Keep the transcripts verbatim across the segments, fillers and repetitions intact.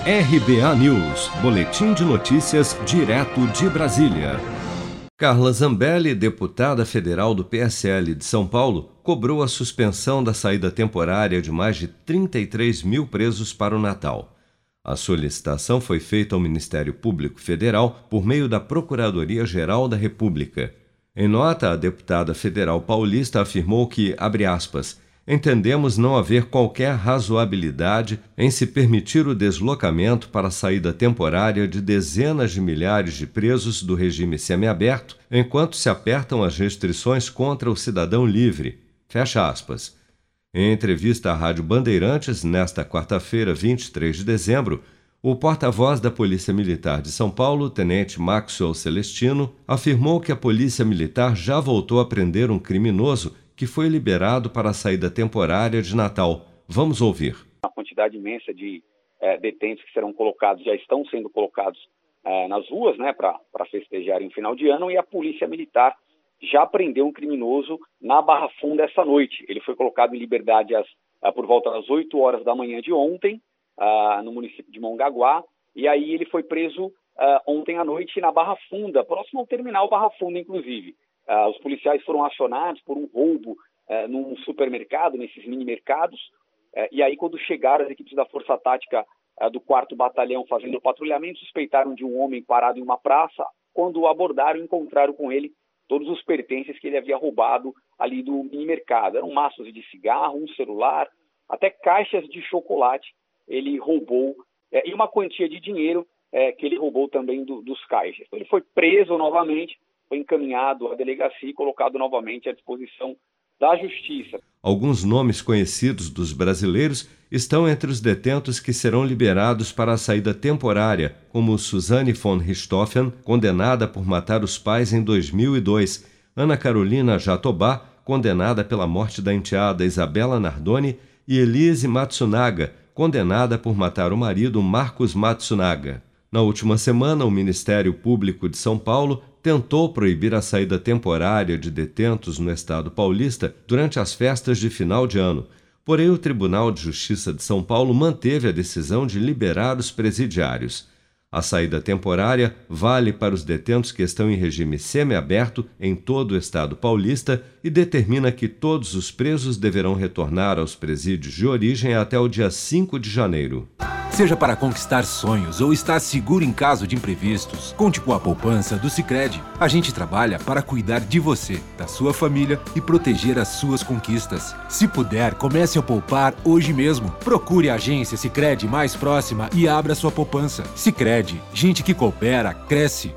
R B A News, boletim de notícias direto de Brasília. Carla Zambelli, deputada federal do P S L de São Paulo, cobrou a suspensão da saída temporária de mais de trinta e três mil presos para o Natal. A solicitação foi feita ao Ministério Público Federal por meio da Procuradoria-Geral da República. Em nota, a deputada federal paulista afirmou que, abre aspas, entendemos não haver qualquer razoabilidade em se permitir o deslocamento para a saída temporária de dezenas de milhares de presos do regime semiaberto, enquanto se apertam as restrições contra o cidadão livre. Fecha aspas. Em entrevista à Rádio Bandeirantes, nesta quarta-feira, vinte e três de dezembro, o porta-voz da Polícia Militar de São Paulo, tenente Maxwell Celestino, afirmou que a Polícia Militar já voltou a prender um criminoso que foi liberado para a saída temporária de Natal. Vamos ouvir. Uma quantidade imensa de é, detentos que serão colocados, já estão sendo colocados é, nas ruas, né, para festejarem o final de ano, e a Polícia Militar já prendeu um criminoso na Barra Funda essa noite. Ele foi colocado em liberdade às, é, por volta das oito horas da manhã de ontem, é, no município de Mongaguá, e aí ele foi preso é, ontem à noite na Barra Funda, próximo ao terminal Barra Funda, inclusive. Uh, os policiais foram acionados por um roubo uh, num supermercado, nesses mini-mercados, uh, e aí quando chegaram as equipes da Força Tática uh, do quarto Batalhão fazendo o patrulhamento, suspeitaram de um homem parado em uma praça. Quando o abordaram, encontraram com ele todos os pertences que ele havia roubado ali do mini-mercado. Eram maços de cigarro, um celular, até caixas de chocolate ele roubou, uh, e uma quantia de dinheiro uh, que ele roubou também do, dos caixas. Então ele foi preso novamente, foi encaminhado à delegacia e colocado novamente à disposição da Justiça. Alguns nomes conhecidos dos brasileiros estão entre os detentos que serão liberados para a saída temporária, como Suzane von Richthofen, condenada por matar os pais em dois mil e dois, Ana Carolina Jatobá, condenada pela morte da enteada Isabela Nardoni, e Elise Matsunaga, condenada por matar o marido Marcos Matsunaga. Na última semana, o Ministério Público de São Paulo tentou proibir a saída temporária de detentos no estado paulista durante as festas de final de ano. Porém, o Tribunal de Justiça de São Paulo manteve a decisão de liberar os presidiários. A saída temporária vale para os detentos que estão em regime semiaberto em todo o estado paulista e determina que todos os presos deverão retornar aos presídios de origem até o dia cinco de janeiro. Seja para conquistar sonhos ou estar seguro em caso de imprevistos, conte com a poupança do Sicredi. A gente trabalha para cuidar de você, da sua família e proteger as suas conquistas. Se puder, comece a poupar hoje mesmo. Procure a agência Sicredi mais próxima e abra sua poupança. Sicredi, gente que coopera, cresce.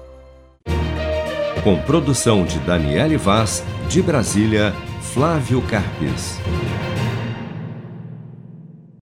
Com produção de Daniele Vaz, de Brasília, Flávio Carpes.